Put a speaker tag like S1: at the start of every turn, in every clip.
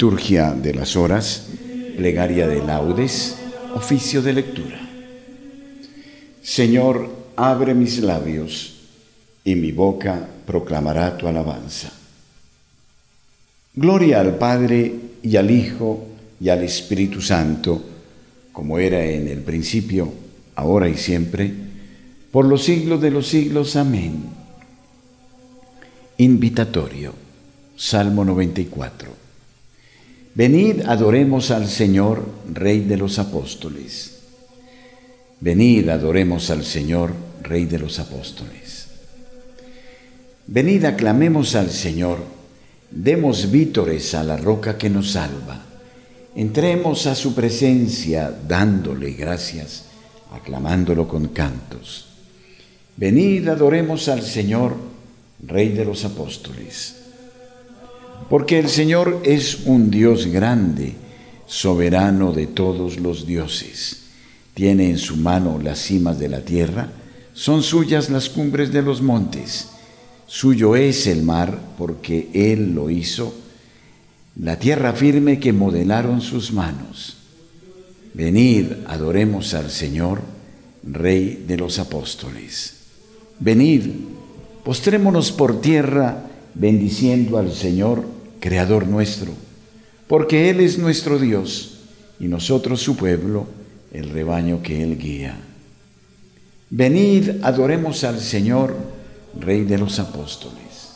S1: Liturgia de las horas, plegaria de laudes, oficio de lectura. Señor, abre mis labios, y mi boca proclamará tu alabanza. Gloria al Padre, y al Hijo, y al Espíritu Santo, como era en el principio, ahora y siempre, por los siglos de los siglos. Amén. Invitatorio. Salmo 94. Venid, adoremos al Señor, Rey de los apóstoles. Venid, adoremos al Señor, Rey de los apóstoles. Venid, aclamemos al Señor, demos vítores a la roca que nos salva. Entremos a su presencia dándole gracias, aclamándolo con cantos. Venid, adoremos al Señor, Rey de los apóstoles. Porque el Señor es un Dios grande, soberano de todos los dioses. Tiene en su mano las cimas de la tierra, son suyas las cumbres de los montes. Suyo es el mar, porque Él lo hizo, la tierra firme que modelaron sus manos. Venid, adoremos al Señor, Rey de los apóstoles. Venid, postrémonos por tierra, bendiciendo al Señor, Creador nuestro, porque Él es nuestro Dios, y nosotros su pueblo, el rebaño que Él guía. Venid, adoremos al Señor, Rey de los apóstoles.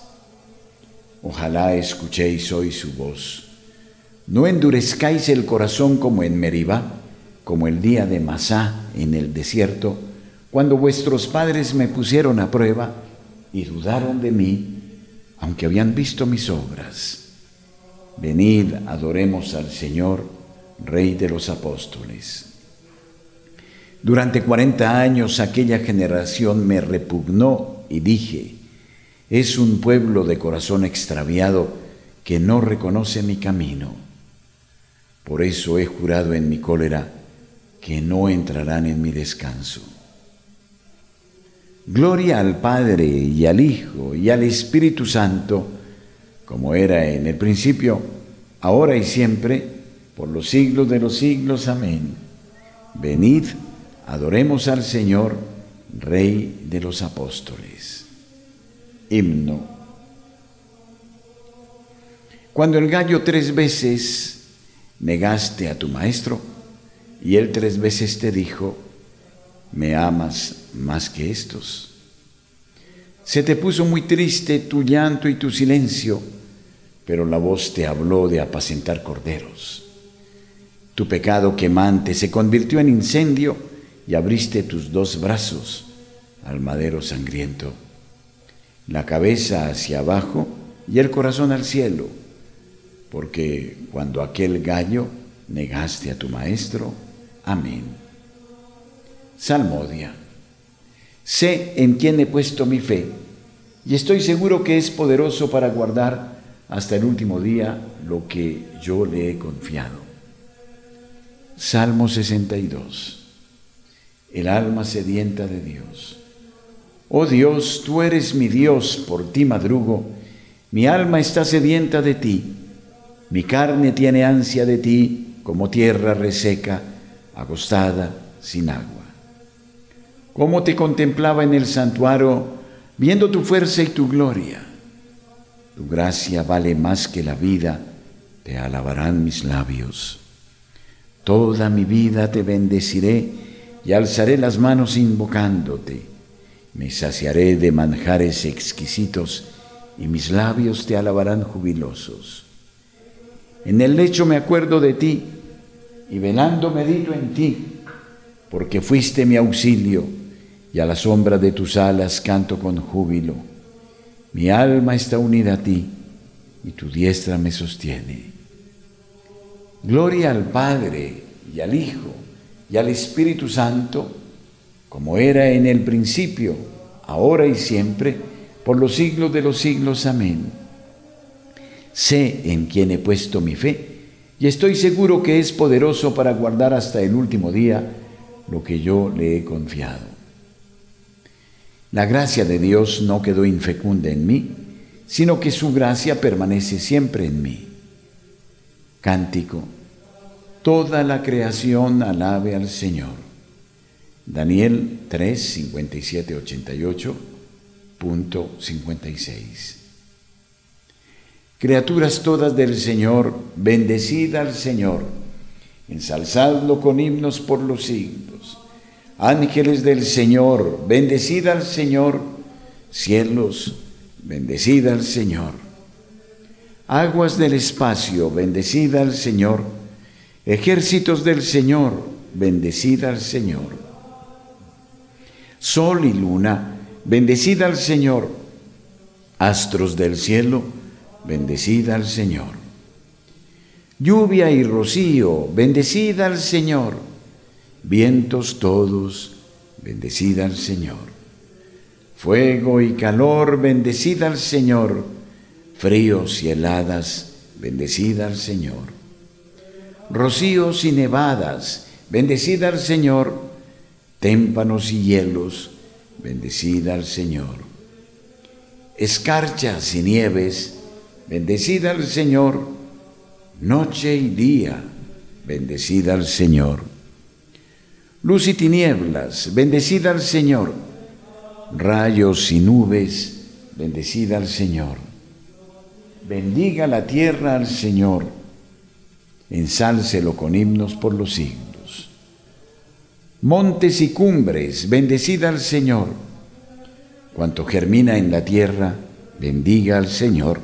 S1: Ojalá escuchéis hoy su voz. No endurezcáis el corazón como en Meribá, como el día de Masá en el desierto, cuando vuestros padres me pusieron a prueba y dudaron de mí, aunque habían visto mis obras. Venid, adoremos al Señor, Rey de los apóstoles. Durante 40 años aquella generación me repugnó y dije: es un pueblo de corazón extraviado que no reconoce mi camino. Por eso he jurado en mi cólera que no entrarán en mi descanso. Gloria al Padre, y al Hijo, y al Espíritu Santo, como era en el principio, ahora y siempre, por los siglos de los siglos. Amén. Venid, adoremos al Señor, Rey de los apóstoles. Himno. Cuando el gallo 3 veces negaste a tu maestro, y él 3 veces te dijo: ¿me amas más que estos? Se te puso muy triste tu llanto y tu silencio, pero la voz te habló de apacentar corderos. Tu pecado quemante se convirtió en incendio y abriste tus 2 brazos al madero sangriento. La cabeza hacia abajo y el corazón al cielo, porque cuando aquel gallo negaste a tu maestro. Amén. Salmodia. Sé en quién he puesto mi fe, y estoy seguro que es poderoso para guardar hasta el último día lo que yo le he confiado. Salmo 62. El alma sedienta de Dios. Oh Dios, tú eres mi Dios, por ti madrugo, mi alma está sedienta de ti, mi carne tiene ansia de ti, como tierra reseca, agostada, sin agua. Cómo te contemplaba en el santuario, viendo tu fuerza y tu gloria. Tu gracia vale más que la vida, te alabarán mis labios. Toda mi vida te bendeciré y alzaré las manos invocándote. Me saciaré de manjares exquisitos y mis labios te alabarán jubilosos. En el lecho me acuerdo de ti y velando medito en ti, porque fuiste mi auxilio y a la sombra de tus alas canto con júbilo. Mi alma está unida a ti y tu diestra me sostiene. Gloria al Padre, y al Hijo, y al Espíritu Santo, como era en el principio, ahora y siempre, por los siglos de los siglos. Amén. Sé en quién he puesto mi fe, y estoy seguro que es poderoso para guardar hasta el último día lo que yo le he confiado. La gracia de Dios no quedó infecunda en mí, sino que su gracia permanece siempre en mí. Cántico. Toda la creación alabe al Señor. Daniel 3, 57, 88, punto 56. Criaturas todas del Señor, bendecid al Señor, ensalzadlo con himnos por los siglos. Ángeles del Señor, bendecid al Señor, cielos, bendecid al Señor. Aguas del espacio, bendecid al Señor, ejércitos del Señor, bendecid al Señor. Sol y luna, bendecid al Señor, astros del cielo, bendecid al Señor. Lluvia y rocío, bendecid al Señor. Vientos todos, bendecid al Señor. Fuego y calor, bendecid al Señor. Fríos y heladas, bendecid al Señor. Rocíos y nevadas, bendecid al Señor. Témpanos y hielos, bendecid al Señor. Escarchas y nieves, bendecid al Señor. Noche y día, bendecid al Señor. Luz y tinieblas, bendecid al Señor. Rayos y nubes, bendecid al Señor. Bendiga la tierra al Señor, ensálcelo con himnos por los siglos. Montes y cumbres, bendecid al Señor. Cuanto germina en la tierra, bendiga al Señor.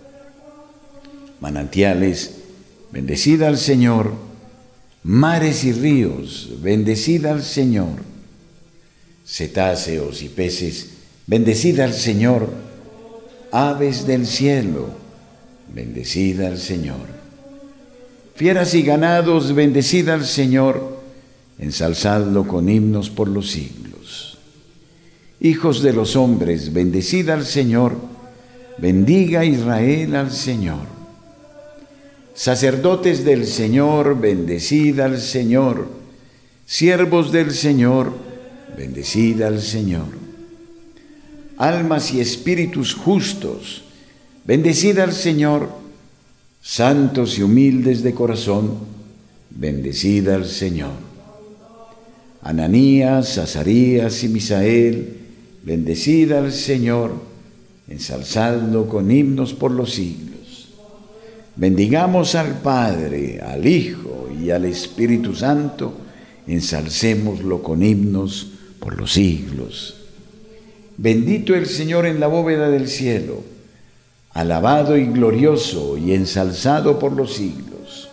S1: Manantiales, bendecid al Señor. Mares y ríos, bendecid al Señor. Cetáceos y peces, bendecid al Señor. Aves del cielo, bendecid al Señor. Fieras y ganados, bendecid al Señor. Ensalzadlo con himnos por los siglos. Hijos de los hombres, bendecid al Señor. Bendiga Israel al Señor. Sacerdotes del Señor, bendecid al Señor. Siervos del Señor, bendecid al Señor. Almas y espíritus justos, bendecid al Señor. Santos y humildes de corazón, bendecid al Señor. Ananías, Azarías y Misael, bendecid al Señor, ensalzadlo con himnos por los siglos. Bendigamos al Padre, al Hijo y al Espíritu Santo, ensalcémoslo con himnos por los siglos. Bendito el Señor en la bóveda del cielo, alabado y glorioso y ensalzado por los siglos.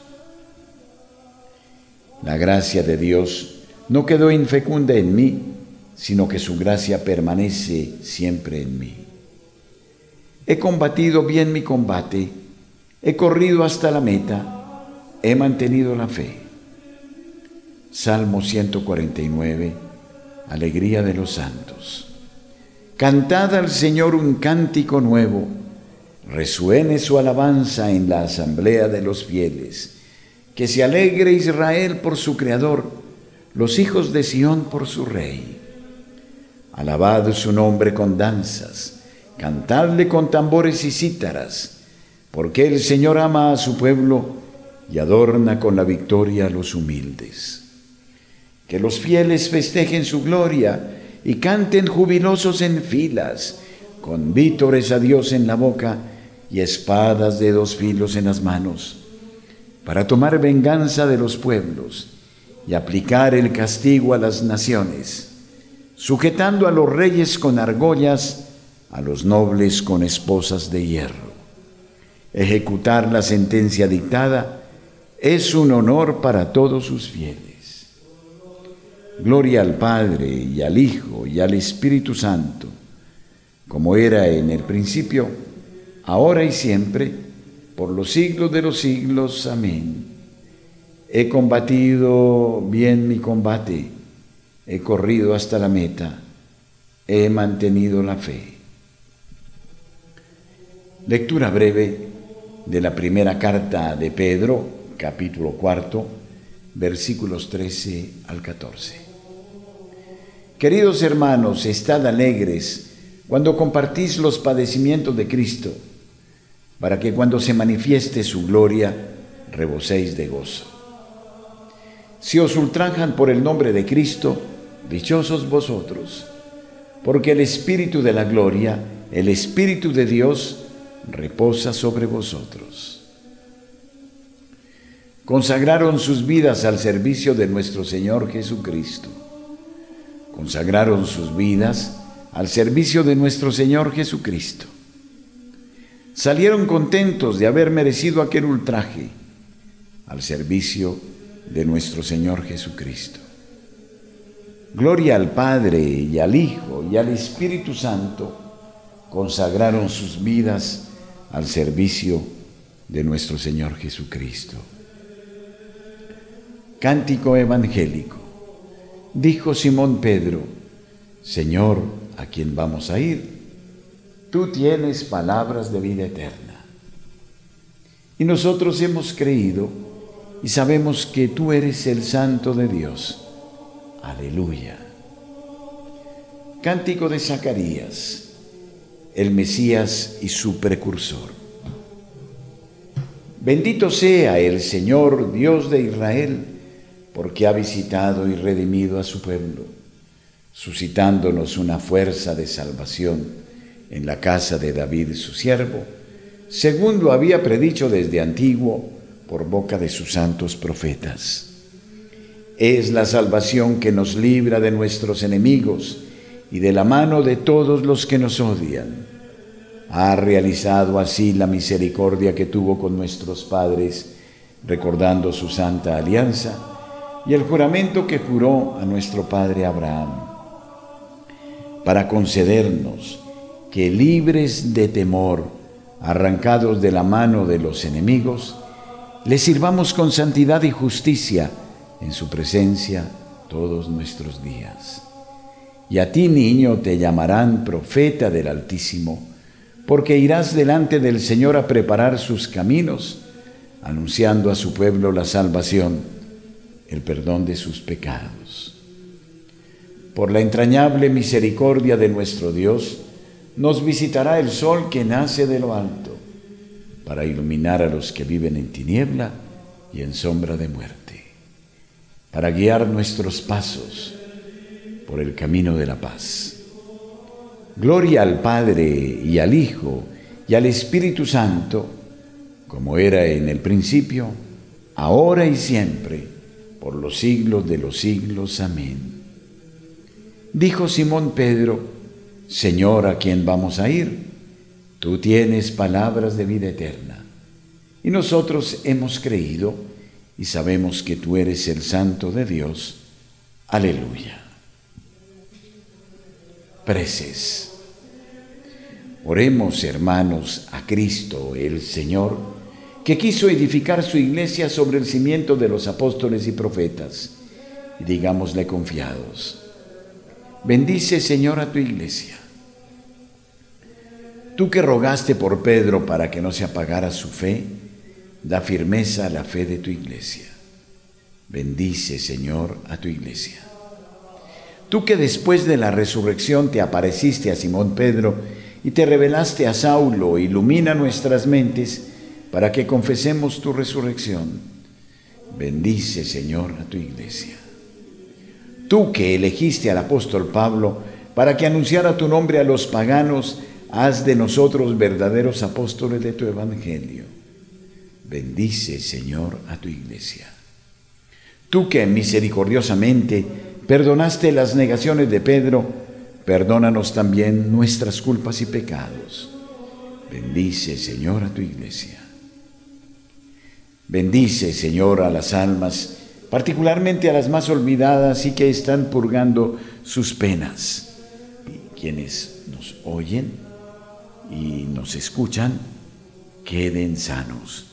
S1: La gracia de Dios no quedó infecunda en mí, sino que su gracia permanece siempre en mí. He combatido bien mi combate, he corrido hasta la meta, he mantenido la fe. Salmo 149, alegría de los santos. Cantad al Señor un cántico nuevo, resuene su alabanza en la asamblea de los fieles. Que se alegre Israel por su Creador, los hijos de Sión por su Rey. Alabad su nombre con danzas, cantadle con tambores y cítaras, porque el Señor ama a su pueblo y adorna con la victoria a los humildes. Que los fieles festejen su gloria y canten jubilosos en filas, con vítores a Dios en la boca y espadas de dos filos en las manos, para tomar venganza de los pueblos y aplicar el castigo a las naciones, sujetando a los reyes con argollas, a los nobles con esposas de hierro. Ejecutar la sentencia dictada es un honor para todos sus fieles. Gloria al Padre y al Hijo y al Espíritu Santo, como era en el principio, ahora y siempre, por los siglos de los siglos. Amén. He combatido bien mi combate, he corrido hasta la meta, he mantenido la fe. Lectura breve de la primera carta de Pedro, capítulo 4, versículos 13 al 14. Queridos hermanos, estad alegres cuando compartís los padecimientos de Cristo, para que cuando se manifieste su gloria, reboséis de gozo. Si os ultrajan por el nombre de Cristo, dichosos vosotros, porque el Espíritu de la gloria, el Espíritu de Dios, reposa sobre vosotros. Consagraron sus vidas al servicio de nuestro Señor Jesucristo. Consagraron sus vidas al servicio de nuestro Señor Jesucristo. Salieron contentos de haber merecido aquel ultraje al servicio de nuestro Señor Jesucristo. Gloria al Padre y al Hijo y al Espíritu Santo, consagraron sus vidas al servicio de nuestro Señor Jesucristo. Cántico evangélico. Dijo Simón Pedro: Señor, ¿a quién vamos a ir? Tú tienes palabras de vida eterna. Y nosotros hemos creído y sabemos que tú eres el Santo de Dios. Aleluya. Cántico de Zacarías, el Mesías y su precursor. Bendito sea el Señor, Dios de Israel, porque ha visitado y redimido a su pueblo, suscitándonos una fuerza de salvación en la casa de David su siervo, según lo había predicho desde antiguo por boca de sus santos profetas. Es la salvación que nos libra de nuestros enemigos y de la mano de todos los que nos odian. Ha realizado así la misericordia que tuvo con nuestros padres, recordando su santa alianza y el juramento que juró a nuestro padre Abraham, para concedernos que, libres de temor, arrancados de la mano de los enemigos, le sirvamos con santidad y justicia en su presencia todos nuestros días. Y a ti, niño, te llamarán profeta del Altísimo, porque irás delante del Señor a preparar sus caminos, anunciando a su pueblo la salvación, el perdón de sus pecados. Por la entrañable misericordia de nuestro Dios, nos visitará el sol que nace de lo alto, para iluminar a los que viven en tiniebla y en sombra de muerte, para guiar nuestros pasos por el camino de la paz. Gloria al Padre y al Hijo y al Espíritu Santo, como era en el principio, ahora y siempre, por los siglos de los siglos. Amén. Dijo Simón Pedro: Señor, ¿a quién vamos a ir? Tú tienes palabras de vida eterna. Y nosotros hemos creído y sabemos que tú eres el Santo de Dios. Aleluya. Preces. Oremos, hermanos, a Cristo el Señor, que quiso edificar su iglesia sobre el cimiento de los apóstoles y profetas, y digámosle confiados: bendice, Señor, a tu iglesia. Tú que rogaste por Pedro para que no se apagara su fe, da firmeza a la fe de tu iglesia. Bendice, Señor, a tu iglesia. Tú que después de la resurrección te apareciste a Simón Pedro y te revelaste a Saulo, ilumina nuestras mentes para que confesemos tu resurrección. Bendice, Señor, a tu iglesia. Tú que elegiste al apóstol Pablo para que anunciara tu nombre a los paganos, haz de nosotros verdaderos apóstoles de tu evangelio. Bendice, Señor, a tu iglesia. Tú que misericordiosamente perdonaste las negaciones de Pedro, perdónanos también nuestras culpas y pecados. Bendice, Señor, a tu iglesia. Bendice, Señor, a las almas, particularmente a las más olvidadas y que están purgando sus penas. Y quienes nos oyen y nos escuchan, queden sanos.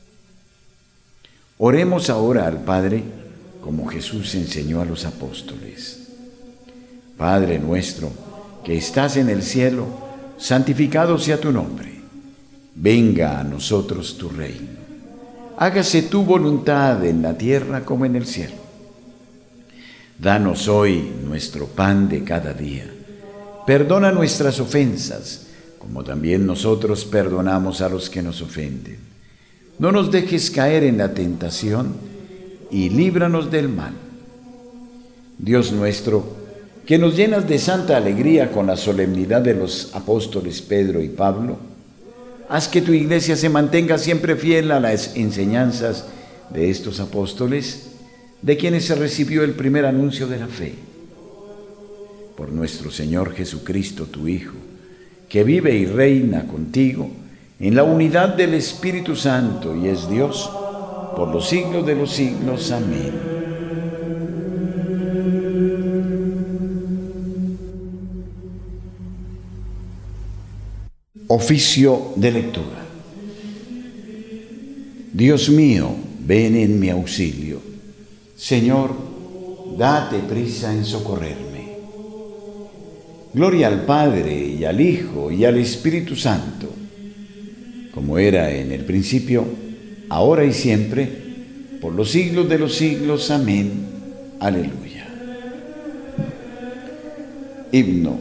S1: Oremos ahora al Padre, como Jesús enseñó a los apóstoles. Padre nuestro, que estás en el cielo, santificado sea tu nombre. Venga a nosotros tu reino. Hágase tu voluntad en la tierra como en el cielo. Danos hoy nuestro pan de cada día. Perdona nuestras ofensas, como también nosotros perdonamos a los que nos ofenden. no nos dejes caer en la tentación y líbranos del mal. Dios nuestro, que nos llenas de santa alegría con la solemnidad de los apóstoles Pedro y Pablo, haz que tu iglesia se mantenga siempre fiel a las enseñanzas de estos apóstoles, de quienes se recibió el primer anuncio de la fe. Por nuestro Señor Jesucristo, tu Hijo, que vive y reina contigo en la unidad del Espíritu Santo y es Dios por los siglos de los siglos. Amén. Oficio de lectura. Dios mío, ven en mi auxilio. Señor, date prisa en socorrerme. Gloria al Padre, y al Hijo, y al Espíritu Santo, como era en el principio, ahora y siempre, por los siglos de los siglos. Amén. Aleluya. Himno.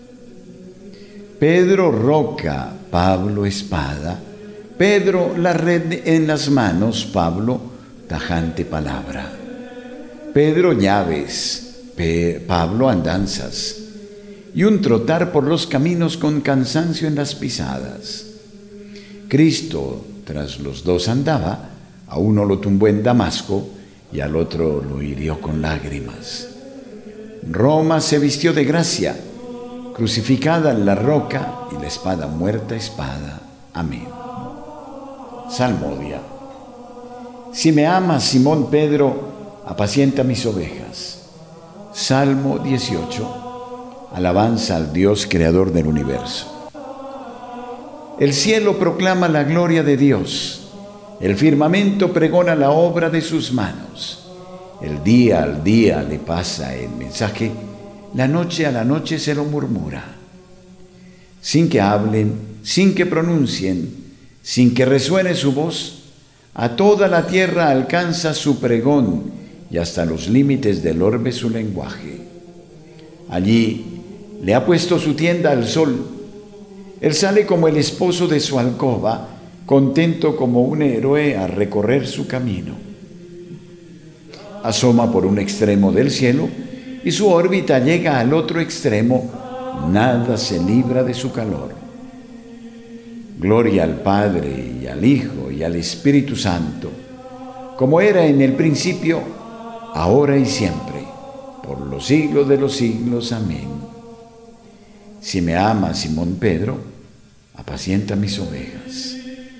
S1: Pedro roca, Pablo espada, Pedro la red en las manos, Pablo tajante palabra. Pedro llaves, Pablo andanzas, y un trotar por los caminos con cansancio en las pisadas. Cristo tras los dos andaba, a uno lo tumbó en Damasco y al otro lo hirió con lágrimas. Roma se vistió de gracia, crucificada en la roca y la espada muerta espada. Amén. Salmodia. Si me amas, Simón Pedro, apacienta mis ovejas. Salmo 18. Alabanza al Dios creador del universo. El cielo proclama la gloria de Dios. El firmamento pregona la obra de sus manos. El día al día le pasa el mensaje, la noche a la noche se lo murmura. Sin que hablen, sin que pronuncien, sin que resuene su voz, a toda la tierra alcanza su pregón y hasta los límites del orbe su lenguaje. Allí le ha puesto su tienda al sol. Él sale como el esposo de su alcoba, contento como un héroe a recorrer su camino. Asoma por un extremo del cielo y su órbita llega al otro extremo, nada se libra de su calor. Gloria al Padre y al Hijo y al Espíritu Santo, como era en el principio, ahora y siempre, por los siglos de los siglos. Amén. Si me amas, Simón Pedro, apacienta mis ovejas.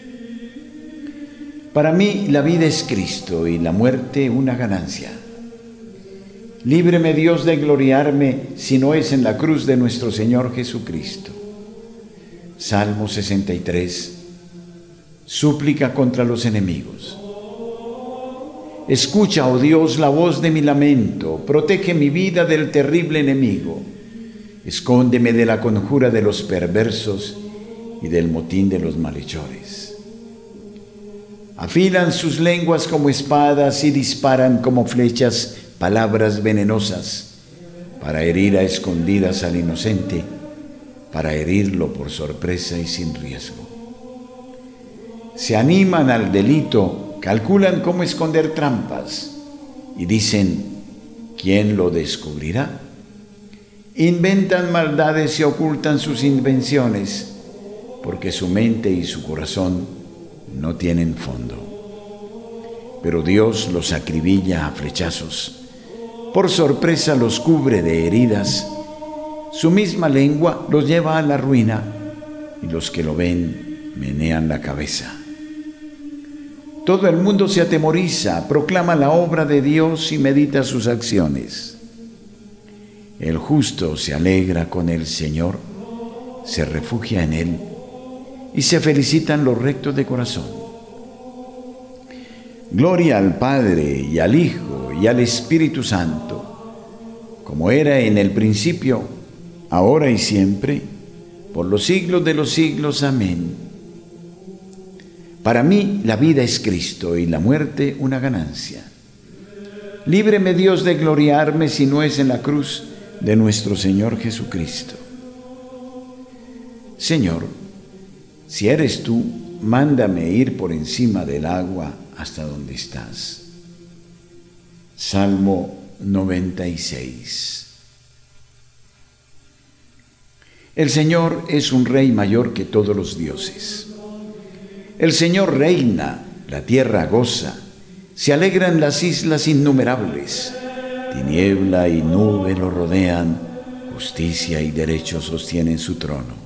S1: Para mí la vida es Cristo y la muerte una ganancia. Líbreme, Dios, de gloriarme si no es en la cruz de nuestro Señor Jesucristo. Salmo 63. Súplica contra los enemigos. Escucha, oh Dios, la voz de mi lamento, protege mi vida del terrible enemigo. Escóndeme de la conjura de los perversos y del motín de los malhechores. Afilan sus lenguas como espadas y disparan como flechas palabras venenosas para herir a escondidas al inocente, para herirlo por sorpresa y sin riesgo. Se animan al delito, calculan cómo esconder trampas y dicen, ¿quién lo descubrirá? Inventan maldades y ocultan sus invenciones, porque su mente y su corazón no tienen fondo. Pero Dios los acribilla a flechazos, por sorpresa los cubre de heridas, su misma lengua los lleva a la ruina, y los que lo ven menean la cabeza. Todo el mundo se atemoriza, proclama la obra de Dios y medita sus acciones. El justo se alegra con el Señor, se refugia en Él, y se felicitan los rectos de corazón. Gloria al Padre, y al Hijo, y al Espíritu Santo, como era en el principio, ahora y siempre, por los siglos de los siglos. Amén. Para mí la vida es Cristo y la muerte una ganancia. Líbreme, Dios, de gloriarme si no es en la cruz de nuestro Señor Jesucristo. Señor, si eres tú, mándame ir por encima del agua hasta donde estás. Salmo 96. El Señor es un Rey mayor que todos los dioses. El Señor reina, la tierra goza, se alegran las islas innumerables. Tiniebla y nube lo rodean, justicia y derecho sostienen su trono.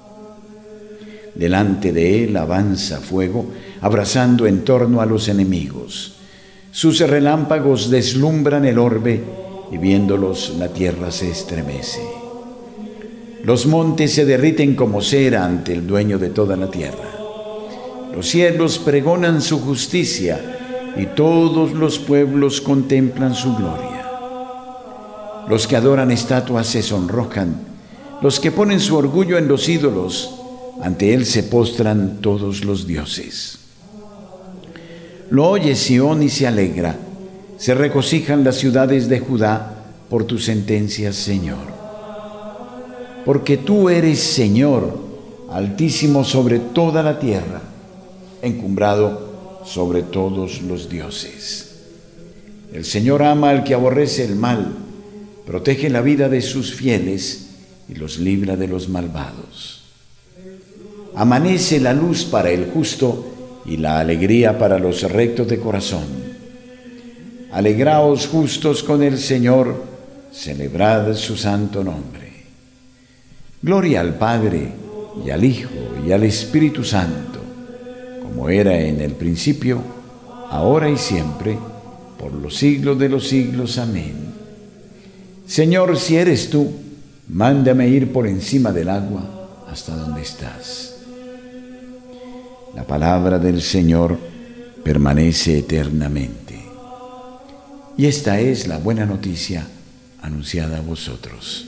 S1: Delante de él avanza fuego, abrazando en torno a los enemigos. Sus relámpagos deslumbran el orbe, y viéndolos la tierra se estremece. Los montes se derriten como cera ante el dueño de toda la tierra. Los cielos pregonan su justicia, y todos los pueblos contemplan su gloria. Los que adoran estatuas se sonrojan, los que ponen su orgullo en los ídolos, ante él se postran todos los dioses. Lo oye Sión y se alegra, se regocijan las ciudades de Judá por tus sentencias, Señor. Porque tú eres Señor, altísimo sobre toda la tierra, encumbrado sobre todos los dioses. El Señor ama al que aborrece el mal, protege la vida de sus fieles y los libra de los malvados. Amanece la luz para el justo y la alegría para los rectos de corazón. Alegraos justos con el Señor, celebrad su santo nombre. Gloria al Padre, y al Hijo, y al Espíritu Santo, como era en el principio, ahora y siempre, por los siglos de los siglos. Amén. Señor, si eres tú, mándame ir por encima del agua hasta donde estás. La palabra del Señor permanece eternamente. Y esta es la buena noticia anunciada a vosotros.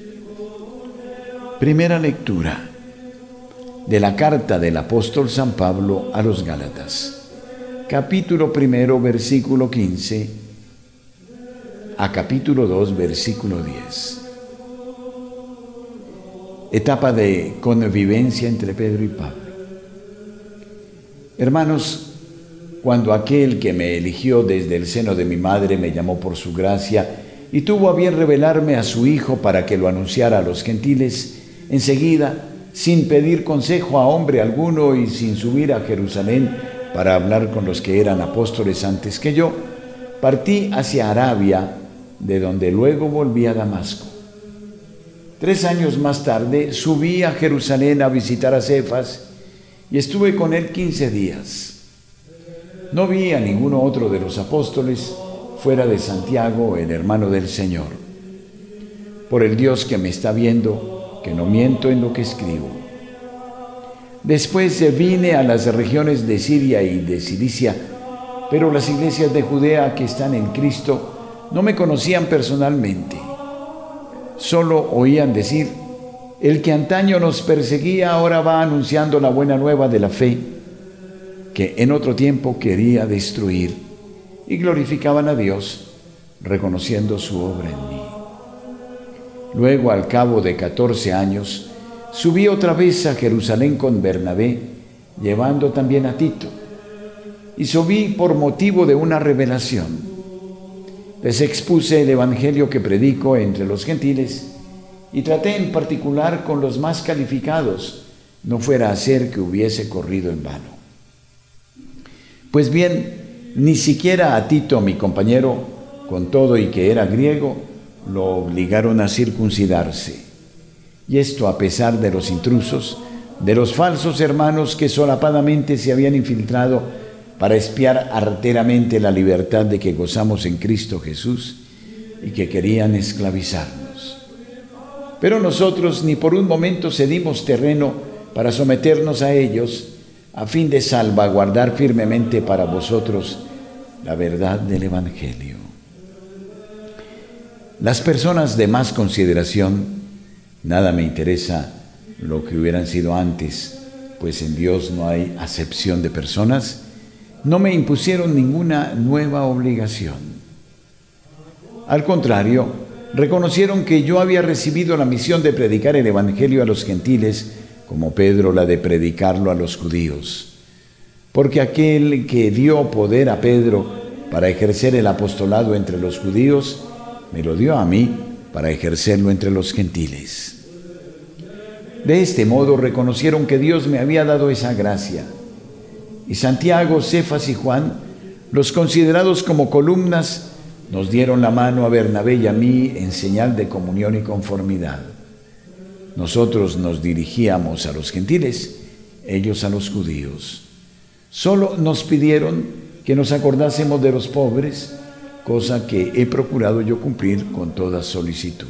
S1: Primera lectura de la carta del apóstol San Pablo a los Gálatas, capítulo 1, versículo 15, a capítulo 2, versículo 10. Etapa de convivencia entre Pedro y Pablo. Hermanos, cuando aquel que me eligió desde el seno de mi madre me llamó por su gracia y tuvo a bien revelarme a su Hijo para que lo anunciara a los gentiles, enseguida, sin pedir consejo a hombre alguno y sin subir a Jerusalén para hablar con los que eran apóstoles antes que yo, partí hacia Arabia, de donde luego volví a Damasco. 3 años más tarde subí a Jerusalén a visitar a Cefas y estuve con él 15 días. No vi a ninguno otro de los apóstoles fuera de Santiago, el hermano del Señor. Por el Dios que me está viendo, que no miento en lo que escribo. Después vine a las regiones de Siria y de Cilicia, pero las iglesias de Judea que están en Cristo no me conocían personalmente. Solo oían decir: el que antaño nos perseguía ahora va anunciando la buena nueva de la fe, que en otro tiempo quería destruir, y glorificaban a Dios, reconociendo su obra en mí. Luego, al cabo de 14 años, subí otra vez a Jerusalén con Bernabé, llevando también a Tito, y subí por motivo de una revelación. Les expuse el evangelio que predico entre los gentiles y traté en particular con los más calificados, no fuera a ser que hubiese corrido en vano. Pues bien, ni siquiera a Tito, mi compañero, con todo y que era griego, lo obligaron a circuncidarse. Y esto a pesar de los intrusos, de los falsos hermanos que solapadamente se habían infiltrado para espiar arteramente la libertad de que gozamos en Cristo Jesús y que querían esclavizarnos. Pero nosotros ni por un momento cedimos terreno para someternos a ellos, a fin de salvaguardar firmemente para vosotros la verdad del Evangelio. Las personas de más consideración, nada me interesa lo que hubieran sido antes, pues en Dios no hay acepción de personas, no me impusieron ninguna nueva obligación. Al contrario, reconocieron que yo había recibido la misión de predicar el Evangelio a los gentiles, como Pedro la de predicarlo a los judíos. porque aquel que dio poder a Pedro para ejercer el apostolado entre los judíos, me lo dio a mí para ejercerlo entre los gentiles. De este modo reconocieron que Dios me había dado esa gracia. Y Santiago, Cefas y Juan, los considerados como columnas, nos dieron la mano a Bernabé y a mí en señal de comunión y conformidad. Nosotros nos dirigíamos a los gentiles, ellos a los judíos. Solo nos pidieron que nos acordásemos de los pobres, cosa que he procurado yo cumplir con toda solicitud.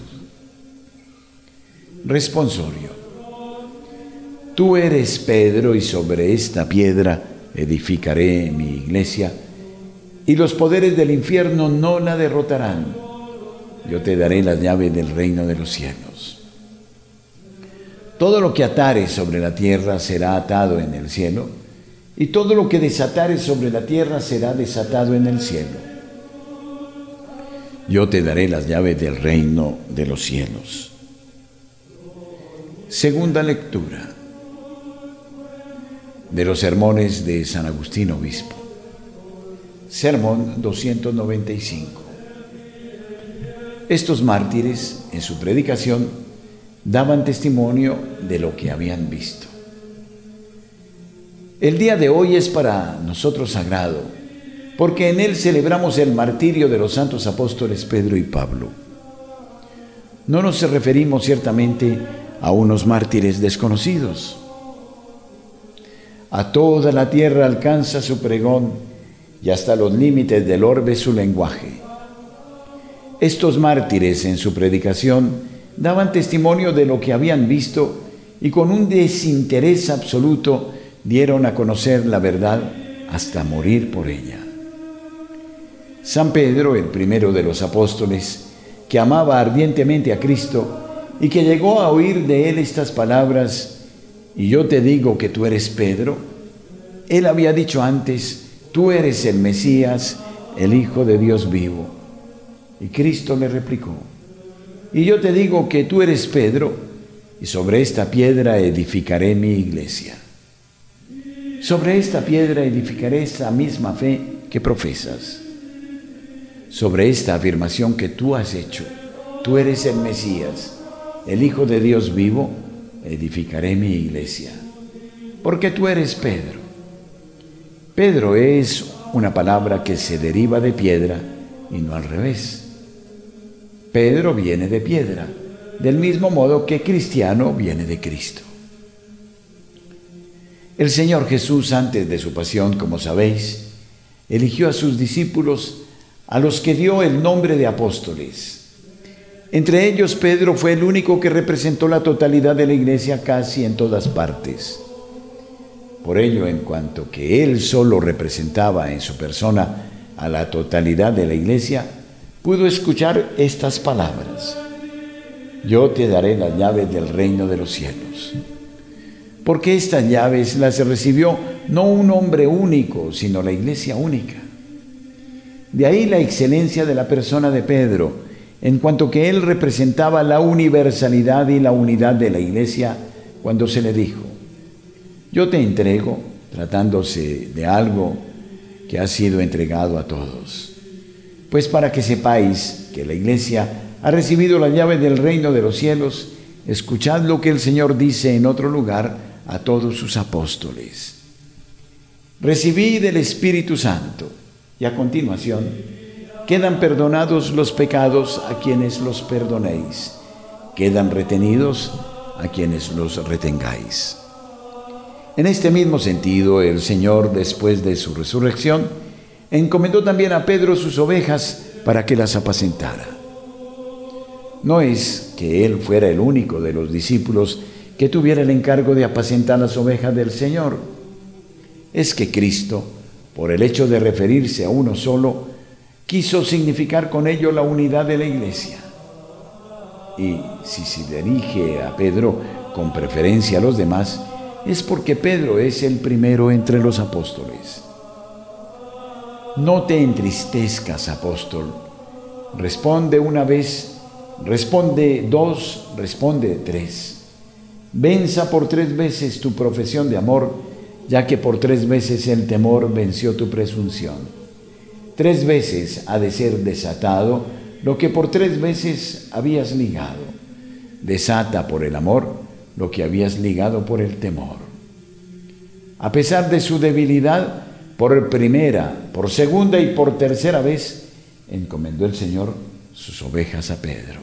S1: Responsorio. Tú eres Pedro, y sobre esta piedra edificaré mi iglesia, y los poderes del infierno no la derrotarán. Yo te daré las llaves del reino de los cielos. Todo lo que atares sobre la tierra será atado en el cielo, y todo lo que desatares sobre la tierra será desatado en el cielo. Yo te daré las llaves del reino de los cielos. Segunda lectura de los sermones de San Agustín Obispo. Sermón 295. Estos mártires, en su predicación, daban testimonio de lo que habían visto. El día de hoy es para nosotros sagrado, porque en él celebramos el martirio de los santos apóstoles Pedro y Pablo. No nos referimos ciertamente a unos mártires desconocidos. A toda la tierra alcanza su pregón y hasta los límites del orbe su lenguaje. Estos mártires en su predicación daban testimonio de lo que habían visto y con un desinterés absoluto dieron a conocer la verdad hasta morir por ella. San Pedro, el primero de los apóstoles, que amaba ardientemente a Cristo y que llegó a oír de él estas palabras: y yo te digo que tú eres Pedro. Él había dicho antes: tú eres el Mesías, el Hijo de Dios vivo. Y Cristo le replicó: y yo te digo que tú eres Pedro, y sobre esta piedra edificaré mi iglesia. Sobre esta piedra edificaré esa misma fe que profesas. Sobre esta afirmación que tú has hecho: tú eres el Mesías, el Hijo de Dios vivo, edificaré mi iglesia. Porque tú eres Pedro. Pedro es una palabra que se deriva de piedra y no al revés. Pedro viene de piedra, del mismo modo que cristiano viene de Cristo. El Señor Jesús, antes de su pasión, como sabéis, eligió a sus discípulos, a los que dio el nombre de apóstoles. Entre ellos, Pedro fue el único que representó la totalidad de la iglesia casi en todas partes. Por ello, en cuanto que él solo representaba en su persona a la totalidad de la iglesia, pudo escuchar estas palabras: yo te daré las llaves del reino de los cielos. Porque estas llaves las recibió no un hombre único, sino la iglesia única. De ahí la excelencia de la persona de Pedro, en cuanto que él representaba la universalidad y la unidad de la iglesia, cuando se le dijo: yo te entrego, tratándose de algo que ha sido entregado a todos. Pues para que sepáis que la iglesia ha recibido la llave del reino de los cielos, escuchad lo que el Señor dice en otro lugar a todos sus apóstoles: recibid el Espíritu Santo. Y a continuación: quedan perdonados los pecados a quienes los perdonéis, quedan retenidos a quienes los retengáis. En este mismo sentido, el Señor, después de su resurrección, encomendó también a Pedro sus ovejas para que las apacentara. No es que él fuera el único de los discípulos que tuviera el encargo de apacentar las ovejas del Señor. Es que Cristo, por el hecho de referirse a uno solo, quiso significar con ello la unidad de la iglesia. Y si se dirige a Pedro con preferencia a los demás, es porque Pedro es el primero entre los apóstoles. No te entristezcas, apóstol. Responde una vez, responde dos, responde tres. Venza por 3 veces tu profesión de amor ya que por 3 veces el temor venció tu presunción. 3 veces ha de ser desatado lo que por 3 veces habías ligado. Desata por el amor lo que habías ligado por el temor. A pesar de su debilidad, por primera, por segunda y por tercera vez, encomendó el Señor sus ovejas a Pedro.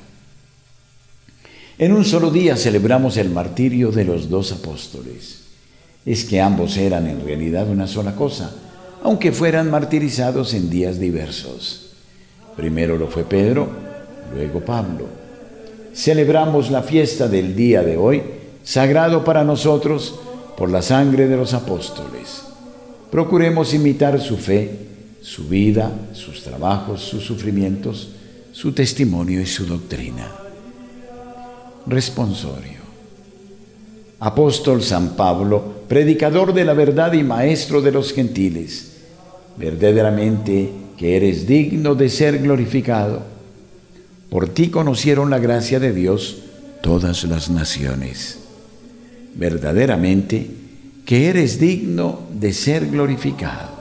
S1: En un solo día celebramos el martirio de los 2 apóstoles. Es que ambos eran en realidad una sola cosa, aunque fueran martirizados en días diversos. Primero lo fue Pedro, luego Pablo. Celebramos la fiesta del día de hoy, sagrado para nosotros por la sangre de los apóstoles. Procuremos imitar su fe, su vida, sus trabajos, sus sufrimientos, su testimonio y su doctrina. Responsorio. Apóstol San Pablo, predicador de la verdad y maestro de los gentiles, verdaderamente que eres digno de ser glorificado. Por ti conocieron la gracia de Dios todas las naciones. Verdaderamente que eres digno de ser glorificado.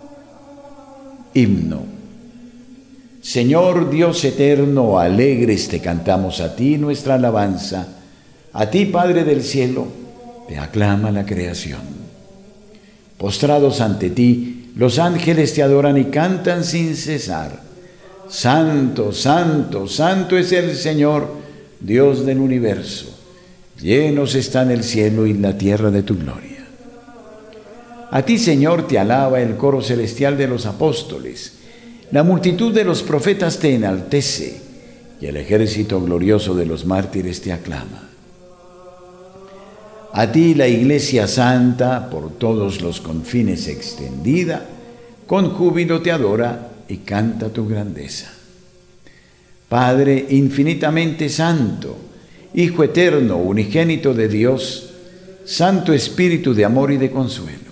S1: Himno. Señor Dios eterno, alegres te cantamos a ti nuestra alabanza. A ti, Padre del cielo, te aclama la creación. Postrados ante ti, los ángeles te adoran y cantan sin cesar. Santo, santo, santo es el Señor, Dios del universo. Llenos están el cielo y la tierra de tu gloria. A ti, Señor, te alaba el coro celestial de los apóstoles. La multitud de los profetas te enaltece y el ejército glorioso de los mártires te aclama. A ti la Iglesia Santa, por todos los confines extendida, con júbilo te adora y canta tu grandeza. Padre infinitamente santo, Hijo eterno, unigénito de Dios, Santo Espíritu de amor y de consuelo.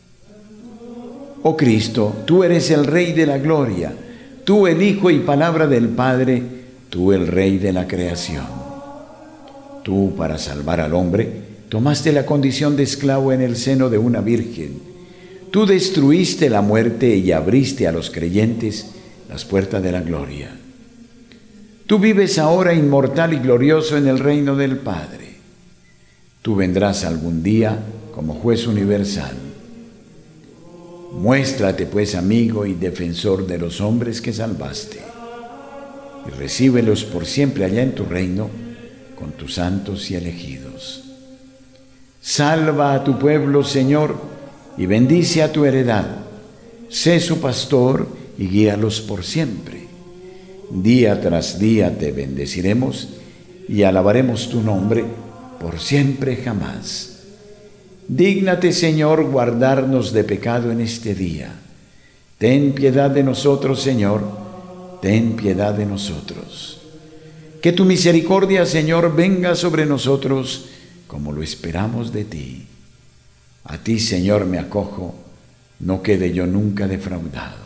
S1: Oh Cristo, tú eres el Rey de la gloria, tú el Hijo y palabra del Padre, tú el Rey de la creación. Tú, para salvar al hombre, tomaste la condición de esclavo en el seno de una virgen. Tú destruiste la muerte y abriste a los creyentes las puertas de la gloria. Tú vives ahora inmortal y glorioso en el reino del Padre. Tú vendrás algún día como juez universal. Muéstrate pues amigo y defensor de los hombres que salvaste, y recíbelos por siempre allá en tu reino con tus santos y elegidos. Salva a tu pueblo, Señor, y bendice a tu heredad. Sé su pastor y guíalos por siempre. Día tras día te bendeciremos y alabaremos tu nombre por siempre jamás. Dígnate, Señor, guardarnos de pecado en este día. Ten piedad de nosotros, Señor, ten piedad de nosotros. Que tu misericordia, Señor, venga sobre nosotros como lo esperamos de ti. A ti, Señor, me acojo, no quede yo nunca defraudado.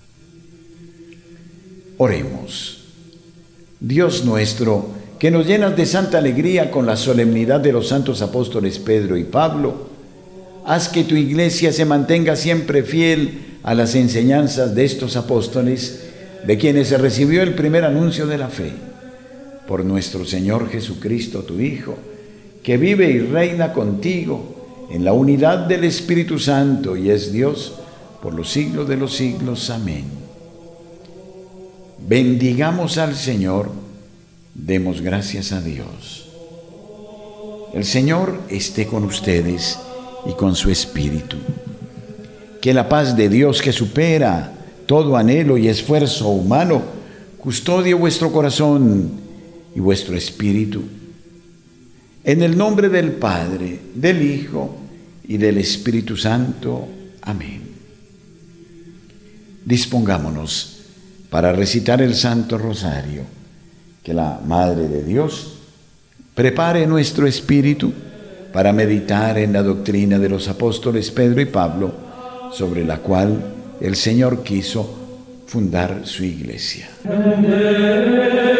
S1: Oremos. Dios nuestro, que nos llenas de santa alegría con la solemnidad de los santos apóstoles Pedro y Pablo, haz que tu iglesia se mantenga siempre fiel a las enseñanzas de estos apóstoles, de quienes se recibió el primer anuncio de la fe. Por nuestro Señor Jesucristo, tu Hijo, que vive y reina contigo en la unidad del Espíritu Santo y es Dios por los siglos de los siglos. Amén. Bendigamos al Señor, demos gracias a Dios. El Señor esté con ustedes y con su Espíritu. Que la paz de Dios, que supera todo anhelo y esfuerzo humano, custodie vuestro corazón y vuestro espíritu. En el nombre del Padre, del Hijo y del Espíritu Santo. Amén. Dispongámonos para recitar el Santo Rosario. Que la Madre de Dios prepare nuestro espíritu para meditar en la doctrina de los apóstoles Pedro y Pablo, sobre la cual el Señor quiso fundar su iglesia. Amén.